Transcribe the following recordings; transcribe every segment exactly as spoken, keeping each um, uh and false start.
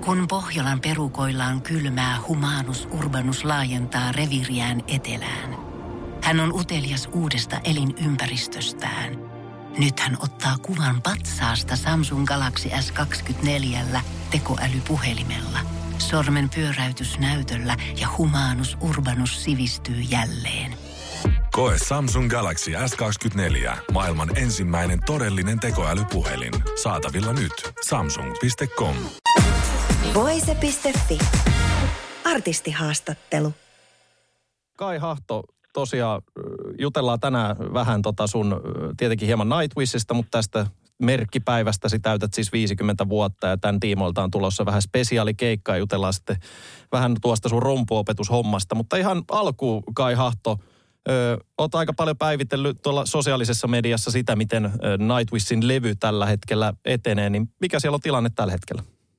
Kun Pohjolan perukoillaan kylmää, Humanus Urbanus laajentaa reviiriään etelään. Hän on utelias uudesta elinympäristöstään. Nyt hän ottaa kuvan patsaasta Samsung Galaxy S kaksikymmentäneljä tekoälypuhelimella. Sormen pyöräytys näytöllä ja Humanus Urbanus sivistyy jälleen. Koe Samsung Galaxy S kaksikymmentäneljä. Maailman ensimmäinen todellinen tekoälypuhelin. Saatavilla nyt. Samsung piste com. Voise piste fi. Artistihaastattelu. Kai Hahto, tosiaan jutellaan tänään vähän tota sun tietenkin hieman Nightwishista, mutta tästä merkkipäivästäsi täytät siis viisikymmentä vuotta ja tämän tiimoilta on tulossa vähän spesiaalikeikkaa ja jutellaan sitten vähän tuosta sun rumpuopetushommasta. Mutta ihan alkuun, Kai Hahto, ö, oot aika paljon päivitellyt tuolla sosiaalisessa mediassa sitä, miten Nightwishin levy tällä hetkellä etenee, niin mikä siellä on tilanne tällä hetkellä?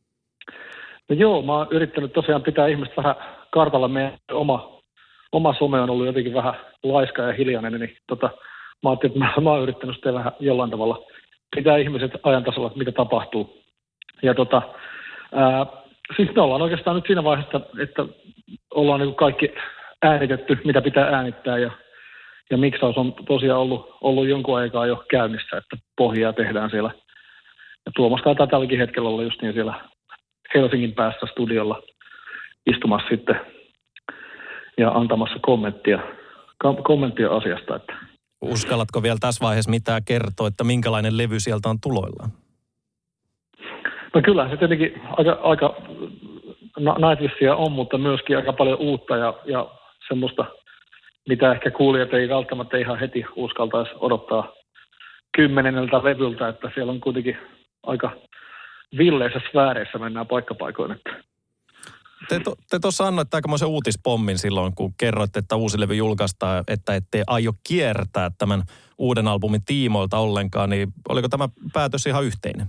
No joo, mä oon yrittänyt tosiaan pitää ihmistä vähän kartalla. Meidän oma, oma some on ollut jotenkin vähän laiska ja hiljainen, niin tota, mä ajattelin, että mä, mä oon yrittänyt sitten vähän jollain tavalla pitää ihmiset ajan tasolla, mitä tapahtuu. Ja tota, ää, siis me ollaan oikeastaan nyt siinä vaiheessa, että ollaan niin kuin kaikki äänitetty, mitä pitää äänittää, ja, ja miksaus on tosiaan ollut, ollut jonkun aikaa jo käynnissä, että pohjaa tehdään siellä. Ja Tuomas taitaa tälläkin hetkellä olla just niin siellä Helsingin päässä studiolla istumassa sitten ja antamassa kommenttia, kommenttia asiasta. Että. Uskallatko vielä tässä vaiheessa mitään kertoa, että minkälainen levy sieltä on tuloillaan? No kyllä se tietenkin aika, aika Nightwishia on, mutta myöskin aika paljon uutta ja, ja semmoista, mitä ehkä kuulijat ei välttämättä ihan heti uskaltaisi odottaa kymmenenneltä levyltä, että siellä on kuitenkin aika villeissä sfääreissä mennään paikkapaikoin. Että. Te, to, te tuossa annoitte aikamoisen uutispommin silloin, kun kerroitte, että uusi levy julkaistaan, että ette aio kiertää tämän uuden albumin tiimoilta ollenkaan, niin oliko tämä päätös ihan yhteinen?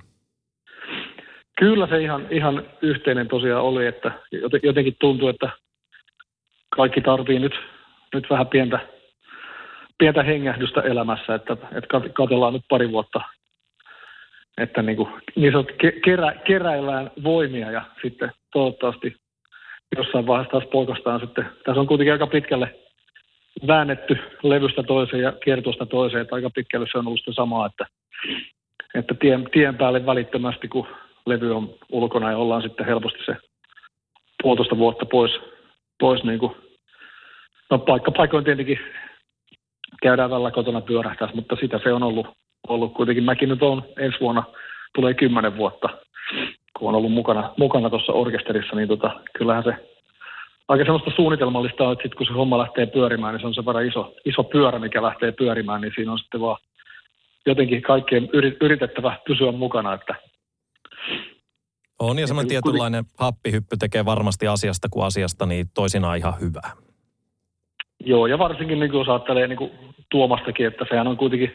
Kyllä se ihan, ihan yhteinen tosiaan oli, että jotenkin tuntui, että kaikki tarvii nyt, nyt vähän pientä, pientä hengähdystä elämässä, että, että katsellaan nyt pari vuotta, että niin kuin, niin sanot, kerä, keräillään voimia ja sitten toivottavasti jossain vaiheessa taas polkastaan sitten. Tässä on kuitenkin aika pitkälle väännetty levystä toiseen ja kiertosta toiseen, että aika pitkälle se on ollut sitä samaa, että, että tien, tien päälle välittömästi, kun levy on ulkona ja ollaan sitten helposti se puolitoista vuotta pois, pois niin kuin, no paikka paikoin tietenkin käydään välillä kotona pyörähtäessä, mutta sitä se on ollut, ollut kuitenkin. Mäkin nyt on ensi vuonna, tulee kymmenen vuotta, kun on ollut mukana, mukana tuossa orkesterissa, niin tota, kyllähän se aika semmoista suunnitelmallista on, että sitten kun se homma lähtee pyörimään, niin se on se verran iso, iso pyörä, mikä lähtee pyörimään, niin siinä on sitten vaan jotenkin kaikkien yritettävä pysyä mukana, että on, ja semmoinen tietynlainen happihyppy tekee varmasti asiasta kuin asiasta, niin toisinaan ihan hyvää. Joo, ja varsinkin niin jos ajattelee niin kuin Tuomastakin, että sehän on kuitenkin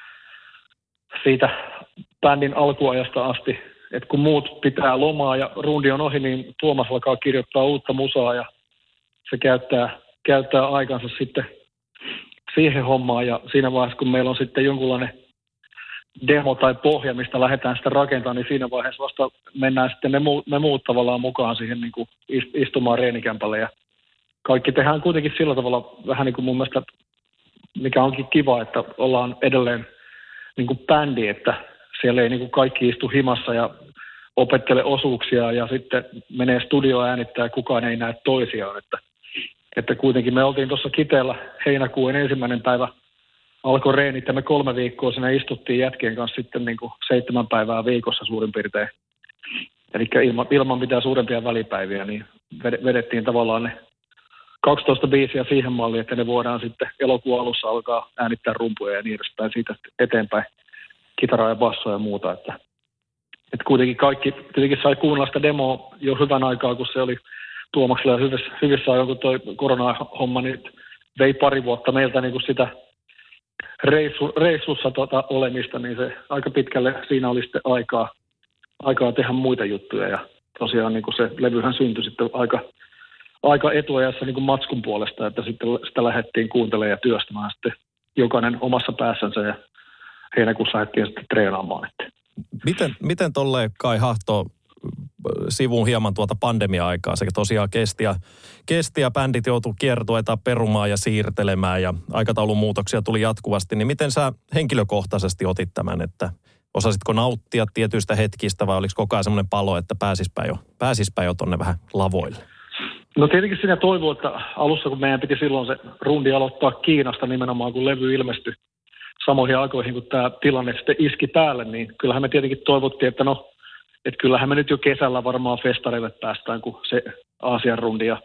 siitä bändin alkuajasta asti, että kun muut pitää lomaa ja rundi on ohi, niin Tuomas alkaa kirjoittaa uutta musaa ja se käyttää, käyttää aikansa sitten siihen hommaan, ja siinä vaiheessa, kun meillä on sitten jonkunlainen demo tai pohja, mistä lähdetään sitä rakentamaan, niin siinä vaiheessa vasta mennään sitten me muut, me muut tavallaan mukaan siihen niin kuin istumaan reenikämpälle. Ja kaikki tehdään kuitenkin sillä tavalla vähän niin kuin mun mielestä, mikä onkin kiva, että ollaan edelleen niin kuin bändi, että siellä ei niin kuin kaikki istu himassa ja opettele osuuksia ja sitten menee studioon äänittää ja kukaan ei näe toisiaan. Että, että kuitenkin me oltiin tuossa Kiteellä heinäkuun ensimmäinen päivä, alkoi reenit ja me kolme viikkoa siinä istuttiin jätkien kanssa sitten niin kuin seitsemän päivää viikossa suurin piirtein. Eli ilman, ilman mitään suurempia välipäiviä, niin vedettiin tavallaan ne kaksitoista biisiä siihen malliin, että ne voidaan sitten elokuun alussa alkaa äänittää rumpuja ja niin edespäin siitä eteenpäin kitaraa ja bassoa ja muuta. Että, että kuitenkin kaikki tietenkin sai kuunnella sitä demoa jo hyvän aikaa, kun se oli Tuomaksella ja hyvissä, hyvissä ajoin, kun toi korona-homma niin vei pari vuotta meiltä niin kuin sitä reissu, reissussa tota olemista, niin se aika pitkälle siinä oli sitten aikaa, aikaa tehdä muita juttuja. Ja tosiaan niin kuin se levyhän syntyi sitten aika, aika etuajassa niin kuin matskun puolesta, että sitten sitä lähdettiin kuuntelemaan ja työstämään sitten jokainen omassa päässänsä ja heinäkuussa lähdettiin sitten treenaamaan. Miten, miten tolleen Kai Hahto sivuun hieman tuota pandemia-aikaa. Se tosiaan kesti ja, kesti ja bändit joutuu kiertueita perumaan ja siirtelemään ja aikataulun muutoksia tuli jatkuvasti. Niin miten sä henkilökohtaisesti otit tämän, että osasitko nauttia tietyistä hetkistä vai oliko koko ajan semmoinen palo, että pääsispä jo, pääsispä jo tonne vähän lavoille? No tietenkin siinä toivoo, että alussa kun meidän piti silloin se rundi aloittaa Kiinasta nimenomaan, kun levy ilmestyi samoihin aikoihin, kun tämä tilanne sitten iski päälle, niin kyllähän me tietenkin toivottiin, että no, että kyllähän me nyt jo kesällä varmaan festareille päästään, kun se Aasian rundi ja,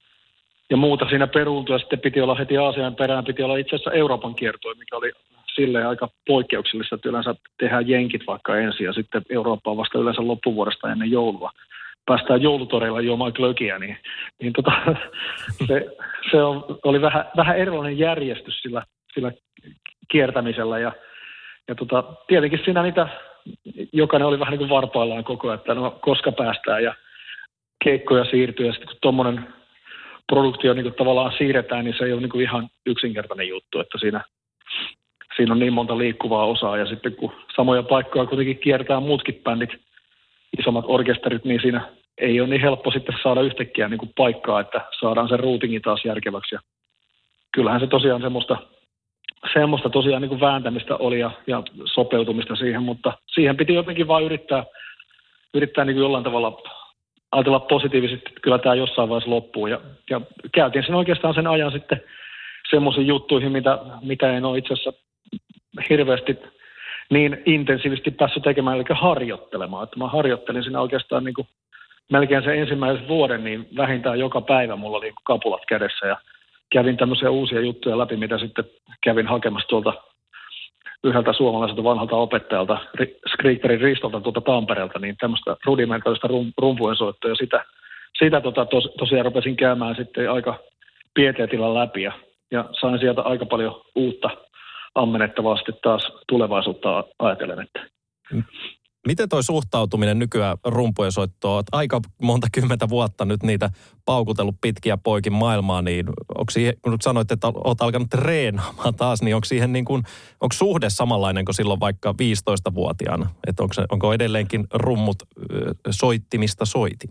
ja muuta siinä peruuntui. Ja sitten piti olla heti Aasian perään, piti olla itse asiassa Euroopan kiertue, mikä oli silleen aika poikkeuksellista, että yleensä tehdään jenkit vaikka ensin ja sitten Eurooppaan vasta yleensä loppuvuodesta ennen joulua. Päästään joulutoreilla juomaan glögiä, niin, niin tota, se, se on, oli vähän, vähän erilainen järjestys sillä, sillä kiertämisellä ja, ja tota, tietenkin siinä niitä, jokainen oli vähän niin kuin varpaillaan koko ajan, että no koska päästään ja keikkoja siirtyy ja sitten kun tuommoinen produktio niin kuin tavallaan siirretään, niin se ei ole niin kuin ihan yksinkertainen juttu, että siinä, siinä on niin monta liikkuvaa osaa ja sitten kun samoja paikkoja kuitenkin kiertää muutkin bändit, isommat orkesterit, niin siinä ei ole niin helppo sitten saada yhtäkkiä niin kuin paikkaa, että saadaan sen routingin taas järkeväksi. Ja kyllähän se tosiaan semmoista, semmoista tosiaan niin kuin vääntämistä oli ja, ja sopeutumista siihen, mutta siihen piti jotenkin vaan yrittää, yrittää niin kuin jollain tavalla ajatella positiivisesti, että kyllä tämä jossain vaiheessa loppuu. Ja, ja käytiin sen oikeastaan sen ajan sitten semmoisiin juttuihin, mitä, mitä en ole itse asiassa hirveästi niin intensiivisesti päässyt tekemään, eli harjoittelemaan. Että mä harjoittelin siinä oikeastaan niin kuin melkein sen ensimmäisen vuoden, niin vähintään joka päivä mulla oli kapulat kädessä ja kävin tämmöisiä uusia juttuja läpi, mitä sitten kävin hakemassa tuolta yhdeltä suomalaiselta vanhalta opettajalta, Skrikterin Ristolta tuolta Tampereelta, niin tämmöistä rudimentaalista rum, rumpujen soittoa ja sitä, sitä tota tos, tosiaan rupesin käymään sitten aika pieteetillä läpi ja, ja sain sieltä aika paljon uutta ammennettavaa sitten taas tulevaisuutta ajatellen. Että. Miten toi suhtautuminen nykyään rumpujen soittoon? Olet aika monta kymmentä vuotta nyt niitä paukutellut pitkiä poikin maailmaa, niin onko siihen, kun sanoit, että olet alkanut treenaamaan taas, niin onko siihen niin kuin, onko suhde samanlainen kuin silloin vaikka viisitoistavuotiaana? Että onko, se, onko edelleenkin rummut soittimista soitin?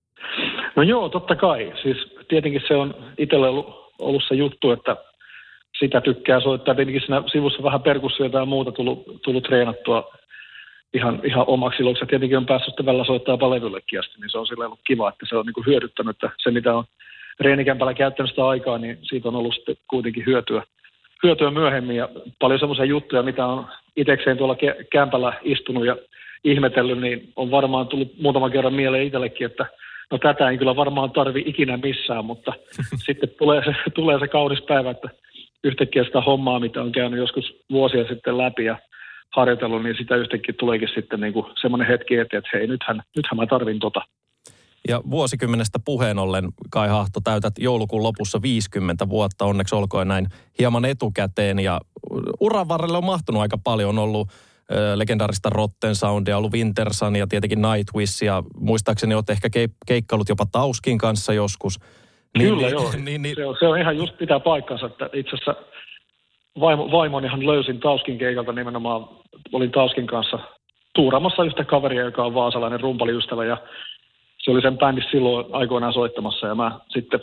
No joo, totta kai. Siis tietenkin se on itselle ollut, ollut se juttu, että sitä tykkää soittaa. Tietenkin siinä sivussa vähän perkussiota ja muuta tullut, tullut treenattua ihan, ihan omaksi iloksi. Tietenkin on päässyt sitten välillä soittaa jopa levyllekin asti, niin se on sillä ollut kiva, että se on niin kuin hyödyttänyt, että se mitä on reenikämpällä käyttänyt sitä aikaa, niin siitä on ollut sitten kuitenkin hyötyä, hyötyä myöhemmin. Ja paljon semmoisia juttuja, mitä on itsekseen tuolla kämpällä istunut ja ihmetellyt, niin on varmaan tullut muutaman kerran mieleen itsellekin, että no tätä ei kyllä varmaan tarvi ikinä missään, mutta sitten tulee se, tulee se kaunis päivä, että yhtäkkiä sitä hommaa, mitä on käynyt joskus vuosia sitten läpi ja harjoitellut, niin sitä yhtäkkiä tuleekin sitten niin kuin semmoinen hetki eteen, että hei, nythän, nythän mä tarvin tota. Ja vuosikymmenestä puheen ollen, Kai Hahto, täytät joulukuun lopussa viisikymmentä vuotta, onneksi olkoon näin hieman etukäteen. Ja uran varrelle on mahtunut aika paljon, on ollut ö, legendaarista Rotten Soundia, ollut Winter Sun ja tietenkin Nightwish, ja muistaakseni olet ehkä ke- keikkailut jopa Tauskin kanssa joskus. Niin, Kyllä niin, joo, niin, niin, se, on, se on ihan just pitää paikkansa, että itse asiassa vaimo, vaimonihan löysin Tauskin keikalta nimenomaan, olin Tauskin kanssa tuuraamassa yhtä kaveria, joka on vaasalainen rumpaliystävä ja se oli sen bändissä silloin aikoinaan soittamassa ja mä sitten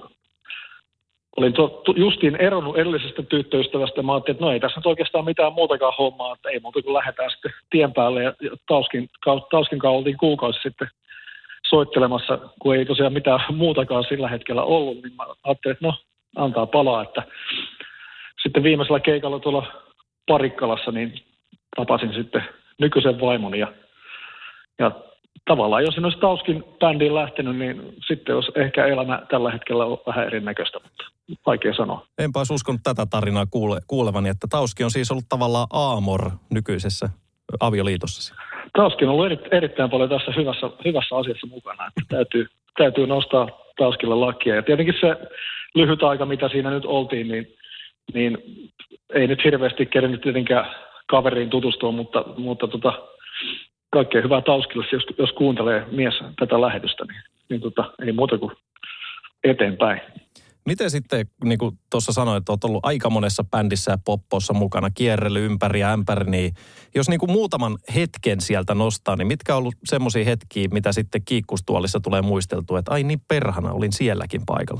olin to, to, justiin eronnut edellisestä tyttöystävästä ja mä ajattelin, että no ei tässä nyt oikeastaan mitään muutakaan hommaa, että ei muuta kuin lähdetään sitten tien päälle ja, ja Tauskin, Tauskin kanssa oltiin kuukausi sitten soittelemassa, kun ei tosiaan mitään muutakaan sillä hetkellä ollut, niin mä ajattelin, että no antaa palaa, että sitten viimeisellä keikalla tuolla Parikkalassa niin tapasin sitten nykyisen vaimoni ja, ja tavallaan jos en olisi Tauskin bändiin lähtenyt, niin sitten olisi ehkä elämä tällä hetkellä vähän erinäköistä, mutta vaikea sanoa. Enpä olisi uskonut tätä tarinaa kuule, kuulevani, että Tauski on siis ollut tavallaan aamor nykyisessä avioliitossasi. Tauskin on ollut eri, erittäin paljon tässä hyvässä, hyvässä asiassa mukana, että täytyy, täytyy nostaa Tauskilla lakia. Ja tietenkin se lyhyt aika, mitä siinä nyt oltiin, niin, niin ei nyt hirveästi kerennyt tietenkään kaveriin tutustua, mutta, mutta tota, kaikkea hyvää Tauskille, jos, jos kuuntelee mies tätä lähetystä, niin, niin tota, ei muuta kuin eteenpäin. Miten sitten, niin kuin tuossa sanoit, että olet ollut aika monessa bändissä ja poppossa mukana, kierrely ympäri ja ämpäri, niin jos niin kuin muutaman hetken sieltä nostaa, niin mitkä on ollut semmoisia hetkiä, mitä sitten kiikkustuolissa tulee muisteltua, että ai niin perhana, olin sielläkin paikalla?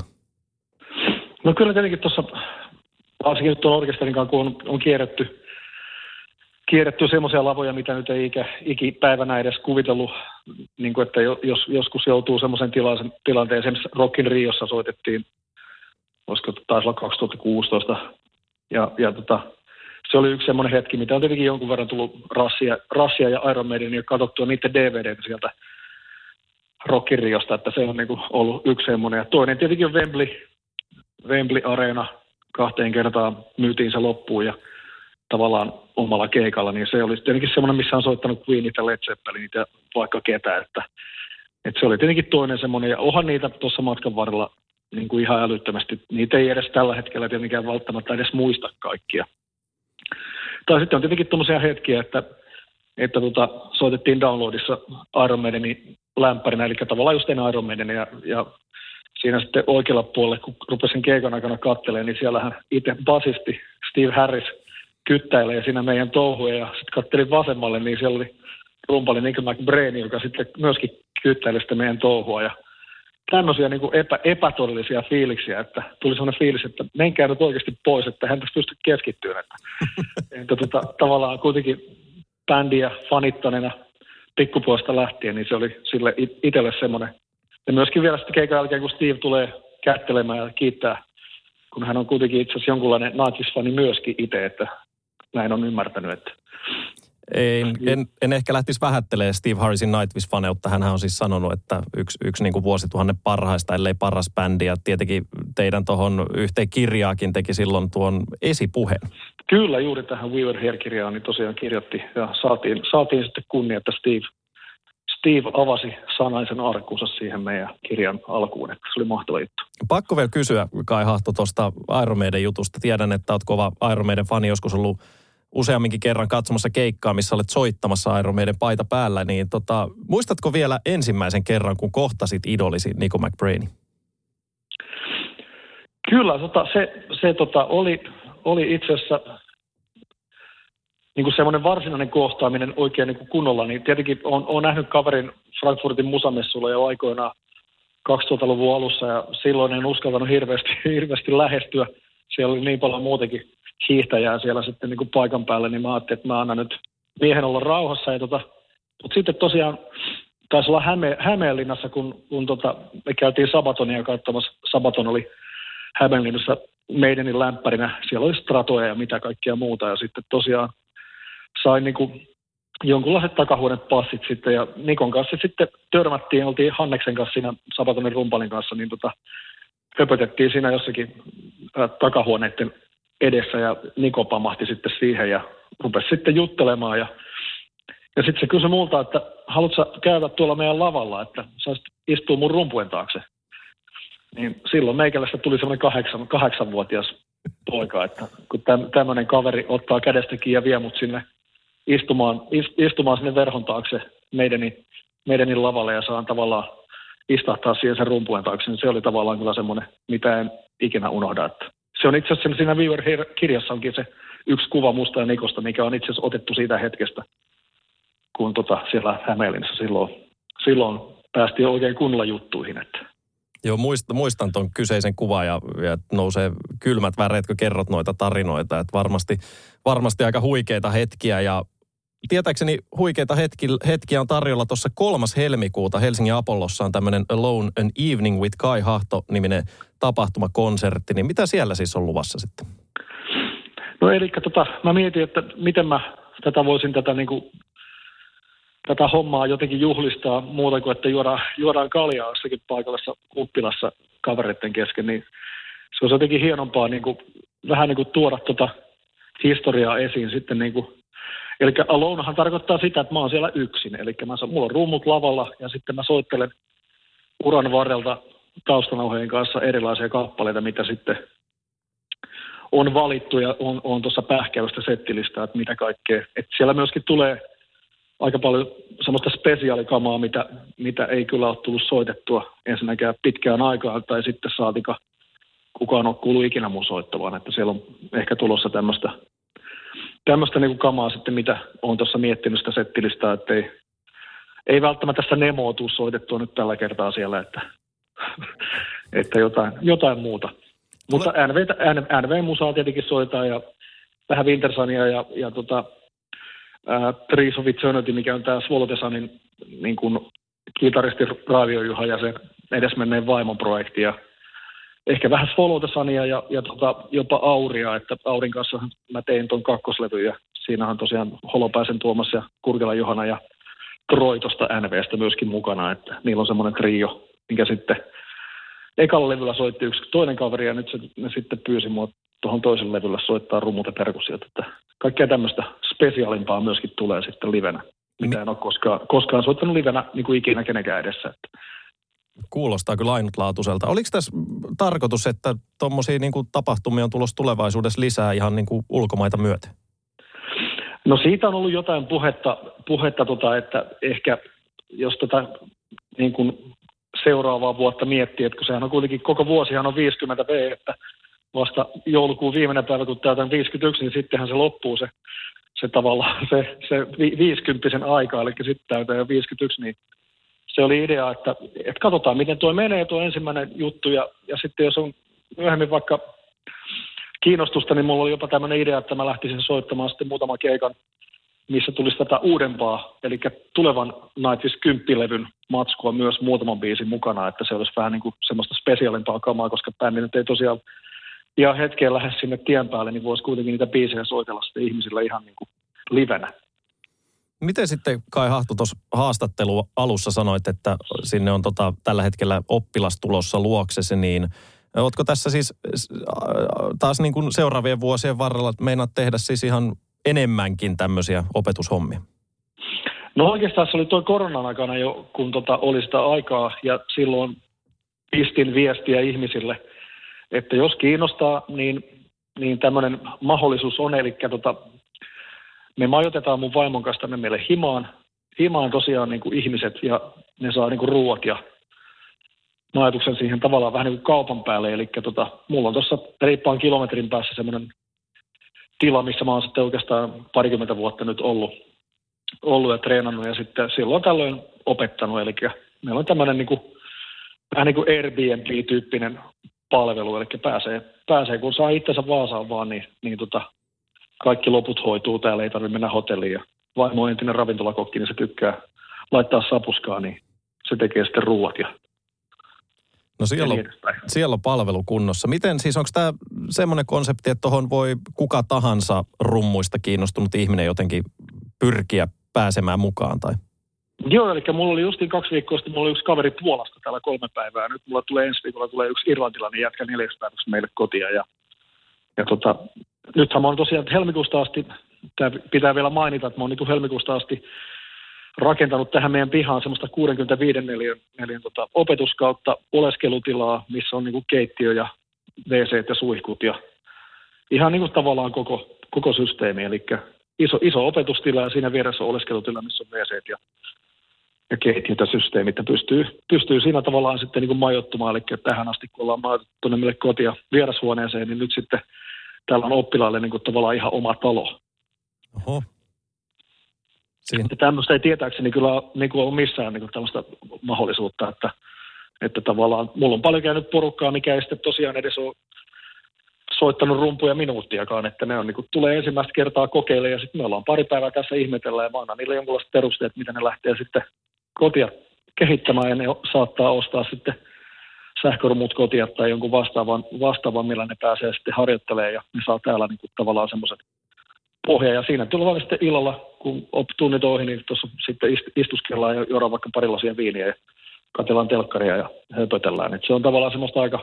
No kyllä tietenkin tuossa, varsinkin tuolla orkesterin kanssa, kun on, on kierretty, kierretty semmoisia lavoja, mitä nyt ei ikä, ikipäivänä edes kuvitellut, niin kuin että jos, joskus joutuu semmoisen tilanteen, esimerkiksi Rock in Riossa soitettiin, olisiko taisi olla kaksituhattakuusitoista, ja, ja tota, se oli yksi semmoinen hetki, mitä on tietenkin jonkun verran tullut Rassia, Rassia ja Iron Maidenia katsottua niiden D V D:tä sieltä Rock in Riosta, että se on niin kuin ollut yksi semmoinen. Ja toinen tietenkin on Wembley, Wembley Arena, kahteen kertaan myytiin se loppuun ja tavallaan omalla keikalla, niin se oli tietenkin semmoinen, missä on soittanut Queenit ja Led Zeppelinit ja vaikka ketä, että, että se oli tietenkin toinen semmoinen, ja onhan niitä tuossa matkan varrella niin kuin ihan älyttömästi, niitä ei edes tällä hetkellä tietenkään välttämättä edes muista kaikkia. Tai sitten on tietenkin tuommoisia hetkiä, että, että tota, soitettiin downloadissa Iron Maidenin lämpärinä, eli tavallaan just ennen Iron Maidenia, ja, ja siinä sitten oikealla puolella, kun rupesin keikan aikana katselemaan, niin siellähän itse basisti Steve Harris kyttäilee siinä meidän touhuja, ja sitten katselin vasemmalle, niin siellä oli rumpali Nick McBrain, joka sitten myöskin kyttäili sitä meidän touhua, ja tämmöisiä niin kuin epä, epätodellisia fiiliksiä, että tuli sellainen fiilis, että menkää nyt oikeasti pois, että hän tästä pysty keskittymään. Että, että tota, tavallaan kuitenkin bändiä fanittaneena pikkupuolesta lähtien, niin se oli sille itselle semmoinen. Ja myöskin vielä sitten keikan jälkeen, kun Steve tulee kättelemään ja kiittää, kun hän on kuitenkin itse asiassa jonkunlainen Nightwish-fani myöskin itse, että näin on ymmärtänyt, että En, en, en ehkä lähtisi vähättelemään Steve Harrisin Nightwish-faneutta. Hänhän on siis sanonut, että yksi, yksi niin kuin vuosituhannen parhaista, ellei paras bändi. Ja tietenkin teidän tuohon yhteen kirjaakin teki silloin tuon esipuheen. Kyllä, juuri tähän We Were Here-kirjaan niin tosiaan kirjoitti. Ja saatiin, saatiin sitten kunnia, että Steve, Steve avasi sanaisen arkkunsa siihen meidän kirjan alkuun. Että se oli mahtava juttu. Pakko vielä kysyä, Kai Hahto, tuosta Iron Maiden jutusta. Tiedän, että olet kova Iron Maiden fani, joskus ollut useamminkin kerran katsomassa keikkaa, missä olet soittamassa Iron Maiden paita päällä, niin tota, muistatko vielä ensimmäisen kerran, kun kohtasit idolisi Nico McBrainin? Kyllä, tota, se, se tota, oli, oli itse asiassa niin kuin semmoinen varsinainen kohtaaminen oikein niin kuin kunnolla, niin tietenkin olen, olen nähnyt kaverin Frankfurtin musamessuilla jo aikoinaan kaksituhattaluvun alussa, ja silloin en uskaltanut hirveästi, hirveästi lähestyä. Siellä oli niin paljon muutenkin hiihtäjää siellä sitten niin kuin paikan päällä, niin mä ajattelin, että mä annan nyt miehen olla rauhassa. Ja tota, mutta sitten tosiaan taisi olla Häme, Hämeenlinnassa, kun, kun tota, me käytiin Sabatonia katsomassa. Sabaton oli Hämeenlinnassa meidänin lämpärinä. Siellä oli stratoja ja mitä kaikkea muuta. Ja sitten tosiaan sain niin kuin jonkunlaiset takahuonepassit sitten. Ja Nikon kanssa sitten törmättiin, oltiin Hanneksen kanssa siinä Sabatonin rumpalin kanssa, niin tota, höpötettiin siinä jossakin äh, takahuoneiden edessä ja Niko pamahti sitten siihen ja rupesi sitten juttelemaan. Ja, ja sitten se kysyi multa, että haluatko käydä tuolla meidän lavalla, että saisit istua mun rumpujen taakse. Niin silloin meikälästä tuli semmoinen kahdeksan, kahdeksanvuotias poika, että kun täm, tämmöinen kaveri ottaa kädestäkin ja vie mut sinne istumaan, istumaan sinne verhon taakse meidänin, meidänin lavalle ja saan tavallaan istahtaa siihen sen rumpujen taakse, niin se oli tavallaan kyllä semmoinen, mitä en ikinä unohda. Että se on itse asiassa siinä We Were Here-kirjassa onkin se yksi kuva musta ja Nikosta, mikä on itse asiassa otettu siitä hetkestä, kun tota siellä Hämeenlinnassa silloin, silloin päästiin oikein kunnolla juttuihin. Että. Joo, muistan, muistan tuon kyseisen kuvan ja, ja nousee kylmät väreet, kun kerrot noita tarinoita. Että varmasti, varmasti aika huikeita hetkiä ja tietääkseni huikeita hetki, hetkiä on tarjolla tuossa kolmas helmikuuta Helsingin Apollossa on tämmöinen Alone an Evening with Kai Hahto-niminen tapahtumakonsertti. Niin mitä siellä siis on luvassa sitten? No eli tota, mä mietin, että miten mä tätä voisin tätä, niin kuin, tätä hommaa jotenkin juhlistaa muuta kuin, että juodaan, juodaan kaljaa jossakin paikallisessa kuppilassa kavereiden kesken. Niin se on jotenkin hienompaa niin kuin, vähän niin kuin tuoda tota historiaa esiin sitten niin kuin. Eli alonehan tarkoittaa sitä, että mä oon siellä yksin. Eli mä, mulla on rummut lavalla ja sitten mä soittelen uran varrelta taustanauheen kanssa erilaisia kappaleita, mitä sitten on valittu ja on, on tuossa pähkäystä settilistä, että mitä kaikkea. Että siellä myöskin tulee aika paljon semmoista spesiaalikamaa, mitä, mitä ei kyllä ole tullut soitettua ensinnäkään pitkään aikaan tai sitten saatika kukaan ole kuullut ikinä mun soittavan, että siellä on ehkä tulossa tämmöistä tämmöistä niin kuin kamaa sitten, mitä olen tuossa miettinyt sitä settilistaa, että ei, ei välttämättä sitä Nemoa tuu soitettua nyt tällä kertaa siellä, että, että jotain, jotain muuta. Mutta N V-musaa tietenkin soitaan ja vähän Wintersania ja, ja tota, ää, Trees of Eternity, mikä on tämä Swolotesanin niin kuin kitaristi Raivio Juha ja sen edesmenneen vaimon projekti ja ehkä vähän Swolotesania ja, ja tota, jopa Auria, että Aurin kanssa mä tein ton kakkoslevyn ja siinä on tosiaan Holopäisen Tuomas ja Kurkela Johanna ja Troitosta N V:stä myöskin mukana, että niillä on semmoinen trio, minkä sitten ekalla levyllä soitti yksi toinen kaveri ja nyt se, ne sitten pyysi mua tuohon toiselle levyllä soittaa rummut ja perkussiot, että kaikkea tämmöistä spesiaalimpaa myöskin tulee sitten livenä, mitä en ole koskaan, koskaan soittanut livenä niin kuin ikinä kenenkään edessä. Että. Kuulostaa kyllä ainutlaatuiselta. Oliko tässä tarkoitus, että tuommoisia niin kuin tapahtumia on tulossa tulevaisuudessa lisää ihan niin kuin ulkomaita myöten? No siitä on ollut jotain puhetta, puhetta tota, että ehkä jos tätä niin kuin seuraavaa vuotta miettii, että kun sehän on kuitenkin koko vuosihan on viisikymmentä V, että vasta joulukuun viimeinen päivä, kun täytän viisikymmentäyksi, niin sittenhän se loppuu se, se tavallaan se, se viisikymppisen aika, eli sitten täytän jo viisikymmentäyksi, niin se oli idea, että, että katsotaan, miten tuo menee, tuo ensimmäinen juttu, ja, ja sitten jos on myöhemmin vaikka kiinnostusta, niin mulla oli jopa tämmöinen idea, että mä lähtisin soittamaan sitten muutaman keikan, missä tulisi tätä uudempaa, eli tulevan Nightwish kymmenen-levyn matskua myös muutaman biisin mukana, että se olisi vähän niin kuin semmoista spesiaalimpaa kamaa, koska bändi nyt ei tosiaan ihan hetkeen lähde sinne tien päälle, niin voisi kuitenkin niitä biisejä soitella sitten ihmisillä ihan niin kuin livenä. Miten sitten Kai Hahto tuossa haastattelun alussa sanoit, että sinne on tota, tällä hetkellä oppilas tulossa luoksesi, niin ootko tässä siis taas niin kuin seuraavien vuosien varrella meinaat tehdä siis ihan enemmänkin tämmöisiä opetushommia? No oikeastaan se oli tuo koronan aikana jo, kun tota oli sitä aikaa ja silloin pistin viestiä ihmisille, että jos kiinnostaa, niin, niin tämmöinen mahdollisuus on, eli tota, me majoitetaan mun vaimon kanssa tänne meille himaan. Himaan tosiaan niin kuin ihmiset ja ne saa niin kuin ruuat ja majoituksen siihen tavallaan vähän niin kuin kaupan päälle. Eli tota, mulla on tuossa reippaan kilometrin päässä semmoinen tila, missä mä oon sitten oikeastaan parikymmentä vuotta nyt ollut, ollut ja treenannut ja sitten silloin tällöin opettanut. Eli meillä on tämmöinen niin kuin, vähän niin kuin Airbnb-tyyppinen palvelu, eli pääsee, pääsee kun saa itsensä Vaasaan vaan, niin, niin tota, kaikki loput hoituu täällä, ei tarvitse mennä hotelliin. Ja vaimo on entinen ravintolakokki, niin se tykkää laittaa sapuskaa, niin se tekee sitten ruuat. Ja no siellä on, siellä on palvelu kunnossa. Miten siis, onko tämä semmoinen konsepti, että tuohon voi kuka tahansa rummuista kiinnostunut ihminen jotenkin pyrkiä pääsemään mukaan? Tai? Joo, eli mulla oli justiin kaksi viikkoa sitten, mulla oli yksi kaveri Puolasta täällä kolme päivää. Nyt mulla tulee ensi viikolla tulee yksi irlantilainen jätkä neljäksi päiväksi meille kotia. Ja, ja tota, nythän mä oon tosiaan helmikuusta asti, tämä pitää vielä mainita, että mä oon niin helmikuusta asti rakentanut tähän meidän pihaan semmoista kuusikymmentäviisi neliön, neliön tota, opetuskautta oleskelutilaa, missä on niin kuin keittiö ja wc ja suihkut ja ihan niin kuin tavallaan koko, koko systeemi. Eli iso, iso opetustila ja siinä vieressä on oleskelutila, missä on wc ja, ja keittiöt ja systeemit. Ja pystyy, pystyy siinä tavallaan sitten niin kuin majoittumaan. Eli tähän asti, kun ollaan majoitettu tuonne meille kotia vierashuoneeseen, niin nyt sitten täällä on oppilaalle niin kuin tavallaan ihan oma talo. Oho. Siin. Tämmöistä ei tietääkseni kyllä niin kuin ole missään niin kuin tämmöistä mahdollisuutta, että, että tavallaan mulla on paljon käynyt porukkaa, mikä ei sitten tosiaan edes ole soittanut rumpuja minuuttiakaan, että ne on niin kuin, tulee ensimmäistä kertaa kokeilemaan ja sitten me ollaan pari päivää tässä ihmetellä ja mä annan niille jonkunlaiset perusteet, mitä ne lähtee sitten kotia kehittämään ja ne saattaa ostaa sitten sähkörumut kotia tai jonkun vastaavan, vastaavan, millä ne pääsee sitten harjoittelemaan ja ne saa täällä niin kuin tavallaan semmoiset pohja. Ja siinä tulee sitten illalla, kun tunnit ohi, niin tuossa sitten istuskellaan ja juodaan vaikka pari lasia viiniä ja katsellaan telkkaria ja höpötellään. Et se on tavallaan semmoista aika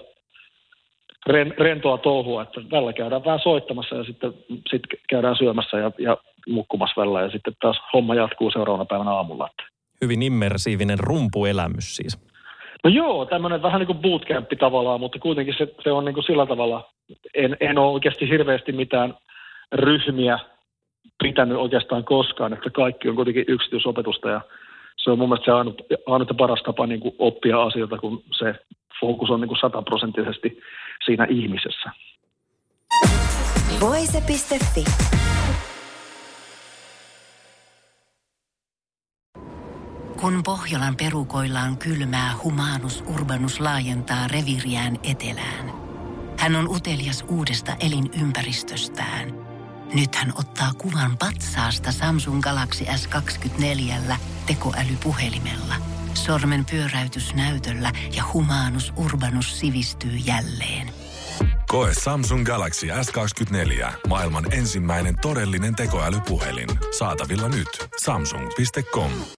rentoa touhua, että välillä käydään vähän soittamassa ja sitten sit käydään syömässä ja, ja nukkumassa välillä ja sitten taas homma jatkuu seuraavana päivänä aamulla. Hyvin immersiivinen rumpuelämys siis. No joo, tämmöinen vähän niin kuin bootcampi tavallaan, mutta kuitenkin se, se on niin kuin sillä tavalla, en, en ole oikeasti hirveästi mitään ryhmiä pitänyt oikeastaan koskaan, että kaikki on kuitenkin yksityisopetusta ja se on mun mielestä se ainut, ainut ja paras tapa niin kuin oppia asioita, kun se fokus on niin kuin sataprosenttisesti siinä ihmisessä. Voise piste fi. Kun Pohjolan perukoillaan kylmää, Humanus Urbanus laajentaa reviiriään etelään. Hän on utelias uudesta elinympäristöstään. Nyt hän ottaa kuvan patsaasta Samsung Galaxy S kaksikymmentäneljä tekoälypuhelimella. Sormen pyöräytys näytöllä ja Humanus Urbanus sivistyy jälleen. Koe Samsung Galaxy S kaksikymmentäneljä, maailman ensimmäinen todellinen tekoälypuhelin. Saatavilla nyt. Samsung piste com.